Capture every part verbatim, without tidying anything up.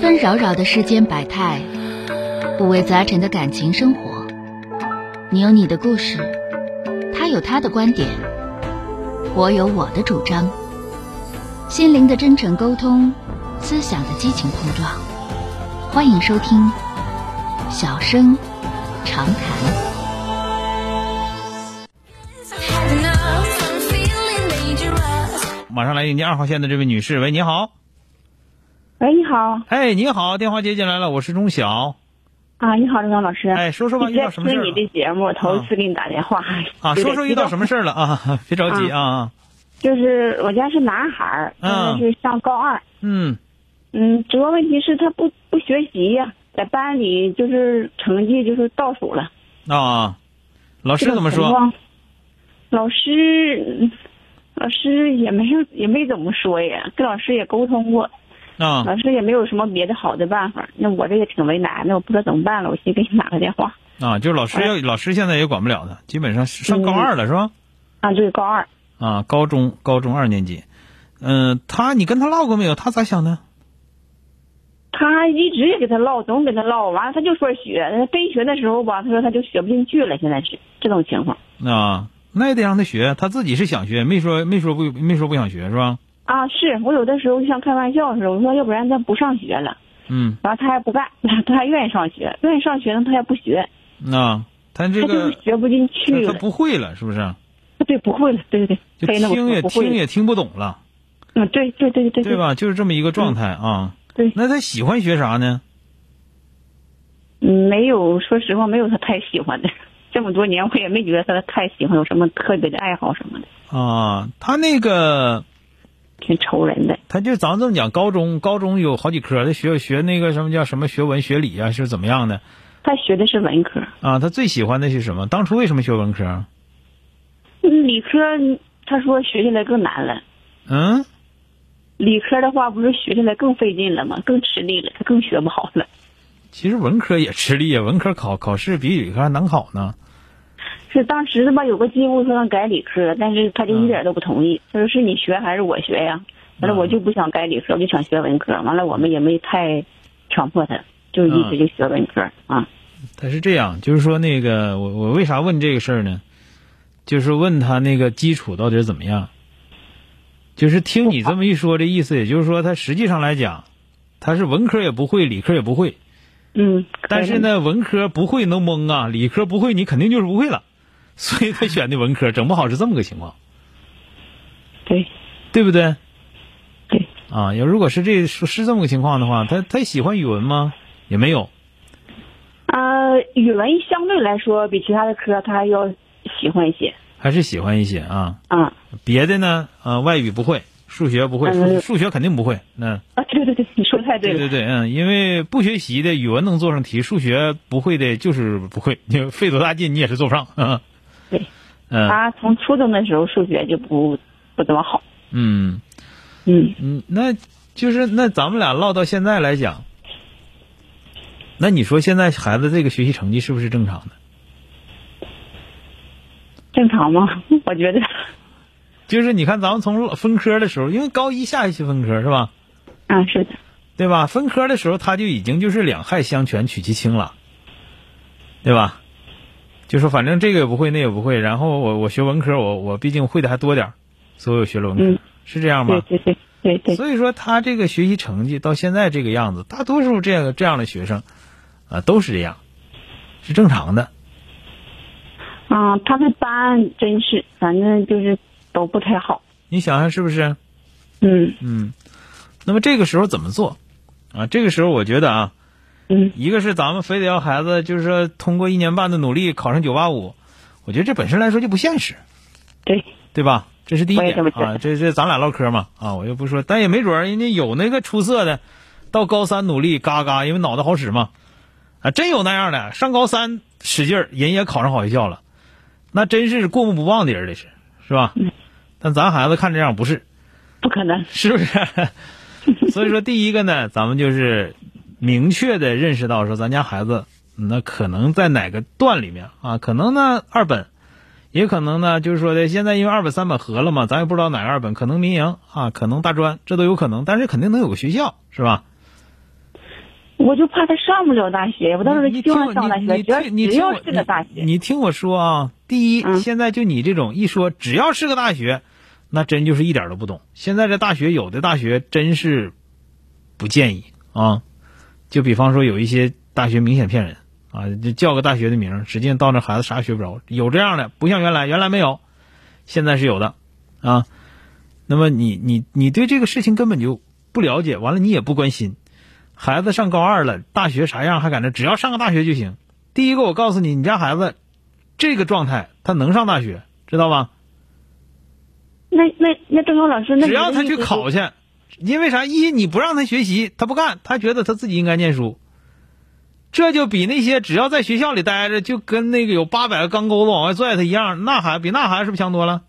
纷扰扰的世间百态，五味杂陈的感情生活。你有你的故事，他有他的观点，我有我的主张。心灵的真诚沟通，思想的激情碰撞。欢迎收听小声长谈。 马上来迎接二号线的这位女士，喂，你好。 喂，你好。 哎，你好，电话接进来了，我是钟晓。 啊，你好，张老师。 哎，说说吧，遇到什么事儿了？ 听你的节目，头一次给你打电话。 啊，说说遇到什么事儿了啊？别着急啊。啊就是我家是男孩儿，他是上高二。 嗯。 嗯，主要问题是他不不学习呀，在班里就是成绩就是倒数了。 啊，老师怎么说？ 老师，老师也没有也没怎么说呀，跟老师也沟通过。 啊， 老师也没有什么别的好的办法，那我这也挺为难的，我不知道怎么办了，我先给你打个电话。 啊，就是老师要，老师现在也管不了他，基本上上高二了、嗯、是吧？ 啊，对，高二。 啊，高中高中二年级。嗯、呃，他你跟他唠过没有？他咋想的？ 他一直也跟他唠，总跟他唠，完了他就说学，非学的时候吧，他说他就学不进去了，现在是这种情况。 啊，那也得让他学，他自己是想学，没说没说不没说不想学是吧？ 啊，是我有的时候就像开玩笑似的，我说要不然他不上学了， 嗯， 然后他还不干，他还愿意上学，愿意上学呢，他也不学。 啊，他这个他就是学不进去了， 他不会了，是不是？ 对，不会了，对对对， 就听也听也听不懂了。 嗯，对对对对对吧？就是这么一个状态啊。 对。 那他喜欢学啥呢？ 嗯，没有，说实话，没有他太喜欢的。这么多年，我也没觉得他太喜欢有什么特别的爱好什么的。 啊，他那个。 挺愁人的。 他就咱这么讲，高中高中有好几科，他学学那个什么叫什么学文学理啊，是怎么样的？ 他学的是文科。 啊，他最喜欢的是什么？当初为什么学文科？ 理科，他说学起来更难了。 嗯。 理科的话，不是学起来更费劲了吗？更吃力了，他更学不好了。 其实文科也吃力啊，文科考考试比理科还难考呢。 是当时的吧，有个机会说让改理科，但是他就一点都不同意。他说是你学还是我学呀？完了我就不想改理科，我就想学文科。完了我们也没太强迫他，就一直就学文科啊。 他是这样，就是说那个我我为啥问这个事儿呢？就是问他那个基础到底是怎么样。就是听你这么一说，这意思也就是说他实际上来讲，他是文科也不会，理科也不会。 嗯。 但是呢，文科不会能蒙啊，理科不会你肯定就是不会了。所以他选的文科，整不好是这么个情况， 对， 对不对？ 对啊，要如果是这是是这么个情况的话，他他喜欢语文吗？也没有。 呃，语文相对来说比其他的科他要喜欢一些， 还是喜欢一些啊。 啊， 别的呢？呃，外语不会，数学不会，数、嗯、数学肯定不会。嗯。 啊，对对对，你说的太对了。 对对对，嗯，因为不学习的语文能做上题，数学不会的就是不会，你费多大劲你也是做不上。啊对， 嗯， 他从初中的时候数学就不不怎么好。 嗯嗯嗯，那就是那咱们俩唠到现在来讲，那你说现在孩子这个学习成绩是不是正常的？ 正常吗？我觉得， 就是你看咱们从分科的时候，因为高一下一期分科是吧？ 啊，是的， 对吧？分科的时候他就已经就是两害相权取其轻了，对吧？就说反正这个也不会，那也不会，然后我我学文科，我我毕竟会的还多点，所以我学了文科， 嗯、 是这样吗？ 对对对对对。 所以说他这个学习成绩到现在这个样子，大多数这样这样的学生，啊，都是这样，是正常的。 啊，他的班真是，反正就是都不太好。 你想想是不是？ 嗯嗯。那么这个时候怎么做？啊，这个时候我觉得啊。 嗯， 一个是咱们非得要孩子就是说通过一年半的努力考上九八五，我觉得这本身来说就不现实， 对对吧？这是第一点啊， 这这咱俩唠嗑嘛啊，我又不说，但也没准人家有那个出色的，到高三努力嘎嘎，因为脑袋好使嘛，啊，真有那样的，上高三使劲儿，人也考上好学校了，那真是过目不忘的人，这是是吧？ 嗯， 但咱孩子看这样不是， 不可能， 是不是？所以说第一个呢，咱们就是明确的认识到说咱家孩子那可能在哪个段里面啊，可能呢二本，也可能呢就是说的现在因为二本三本合了嘛，咱也不知道哪个二本，可能民营啊，可能大专，这都有可能，但是肯定能有个学校，是吧？ 我就怕他上不了大学，我倒是希望上大学，只要你只要是个大学。 你听我说啊，第一， 嗯、 现在就你这种一说只要是个大学，那真就是一点都不懂。现在这大学有的大学真是不建议啊，就比方说有一些大学明显骗人啊，就叫个大学的名，实际上到那孩子啥也学不着，有这样的，不像原来，原来没有，现在是有的啊。那么你你你对这个事情根本就不了解，完了你也不关心。孩子上高二了，大学啥样还赶着，只要上个大学就行。第一个我告诉你，你家孩子这个状态他能上大学，知道吧？ 那那那郑勇老师，那只要他去考去，因为啥？一你不让他学习，他不干，他觉得他自己应该念书。这就比那些只要在学校里待着，就跟那个有八百个钢钩子往外拽他一样，那孩子比那孩子是不是强多了？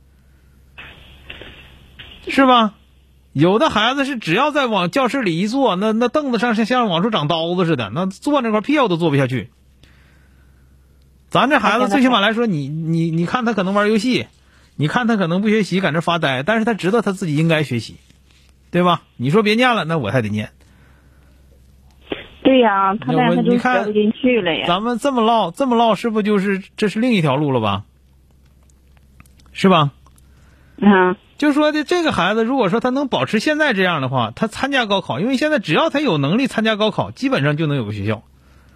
是吧？有的孩子是只要在往教室里一坐，那那凳子上像像往出长刀子似的，那坐那块屁都坐不下去。咱这孩子最起码来说，你你你看他可能玩游戏，你看他可能不学习，搁那发呆，但是他知道他自己应该学习，对吧？你说别念了，那我还得念。 对呀、啊，他那样他就学不进去了呀。 咱们这么唠这么唠，是不就是这是另一条路了吧？是吧？ 嗯。 就说的这个孩子，如果说他能保持现在这样的话，他参加高考，因为现在只要他有能力参加高考，基本上就能有个学校。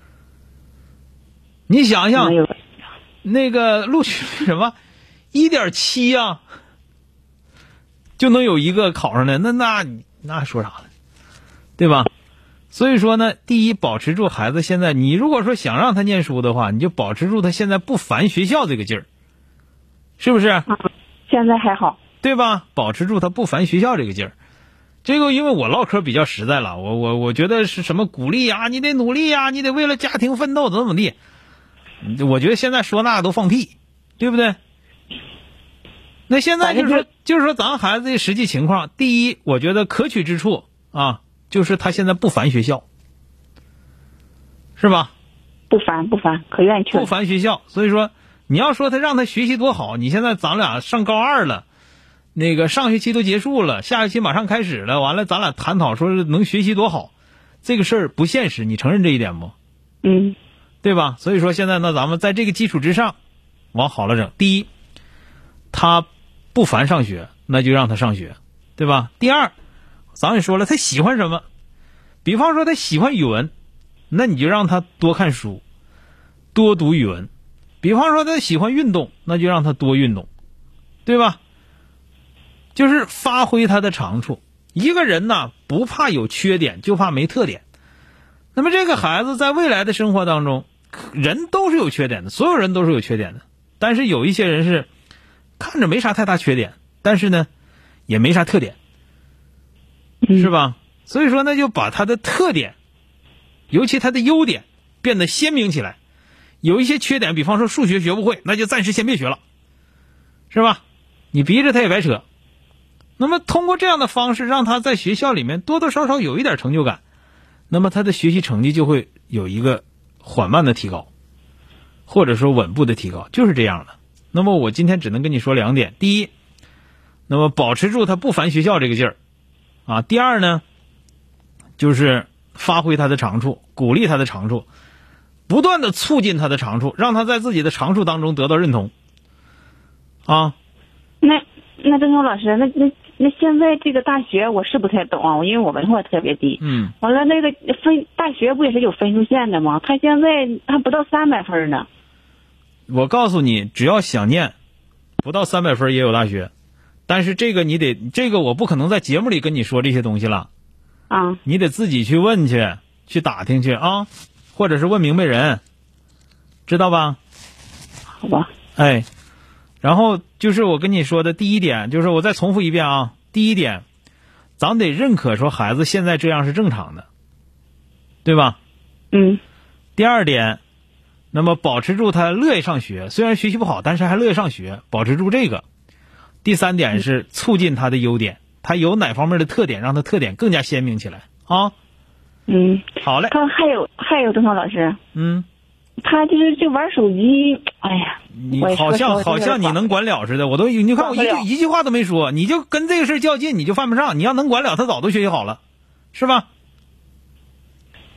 你想想，那个录取什么 一点七 啊，就能有一个考上来，那那那说啥呢？对吧？所以说呢，第一，保持住孩子现在，你如果说想让他念书的话，你就保持住他现在不烦学校这个劲儿，是不是？ 嗯，现在还好。 对吧？保持住他不烦学校这个劲儿，这个因为我唠嗑比较实在了，我我我觉得是什么鼓励啊，你得努力啊，你得为了家庭奋斗，怎么怎么地。我觉得现在说那都放屁，对不对？那现在就是说，就是说咱孩子的实际情况，第一，我觉得可取之处啊，就是他现在不烦学校，是吧？ 不烦不烦，可愿意去。 不烦学校，所以说你要说他让他学习多好，你现在咱俩上高二了。那个上学期都结束了，下学期马上开始了，完了咱俩探讨说是能学习多好，这个事儿不现实，你承认这一点不？ 嗯， 对吧？所以说现在呢，咱们在这个基础之上往好了整。第一，他不烦上学，那就让他上学，对吧？第二，咱也说了，他喜欢什么，比方说他喜欢语文，那你就让他多看书，多读语文。比方说他喜欢运动，那就让他多运动，对吧？就是发挥他的长处。一个人呢，不怕有缺点，就怕没特点。那么这个孩子在未来的生活当中，人都是有缺点的，所有人都是有缺点的。但是有一些人是看着没啥太大缺点，但是呢，也没啥特点，是吧？所以说呢，就把他的特点，尤其他的优点变得鲜明起来。有一些缺点，比方说数学学不会，那就暂时先别学了，是吧？你逼着他也白扯。那么通过这样的方式，让他在学校里面多多少少有一点成就感，那么他的学习成绩就会有一个缓慢的提高，或者说稳步的提高，就是这样的。那么我今天只能跟你说两点：第一，那么保持住他不烦学校这个劲儿啊；第二呢，就是发挥他的长处，鼓励他的长处，不断的促进他的长处，让他在自己的长处当中得到认同啊。 那那郑勇老师，那那那现在这个大学我是不太懂啊，因为我文化特别低。 嗯。 完了，那个分大学不也是有分数线的吗？他现在还不到三百分呢。 我告诉你，只要想念，不到三百分也有大学。但是这个你得，这个我不可能在节目里跟你说这些东西了。 啊。 你得自己去问去，去打听去啊，或者是问明白人，知道吧？ 好吧。 哎。然后就是我跟你说的第一点，就是我再重复一遍啊。第一点，咱得认可说孩子现在这样是正常的，对吧？ 嗯。 第二点，那么保持住他乐意上学，虽然学习不好，但是还乐意上学，保持住这个。第三点是促进他的优点，他有哪方面的特点，让他特点更加鲜明起来啊。 嗯。 好嘞。 他还有还有郑涛老师。 嗯。 他就是就玩手机，哎呀， 你好像好像你能管了似的，我都你看我一句一句话都没说，你就跟这个事较劲，你就犯不上。你要能管了，他早都学习好了，是吧？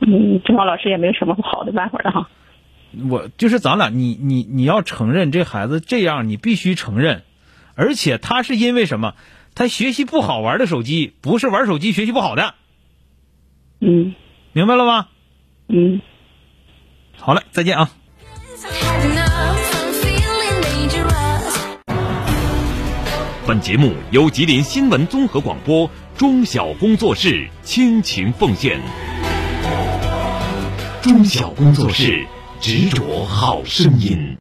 嗯，郑老师也没有什么好的办法了哈。 我就是咱俩，你你你要承认这孩子这样，你必须承认，而且他是因为什么？他学习不好玩的手机，不是玩手机学习不好的。 嗯， 明白了吗？ 嗯， 好嘞，再见啊。 本节目由吉林新闻综合广播中小工作室倾情奉献。中小工作室，执着好声音。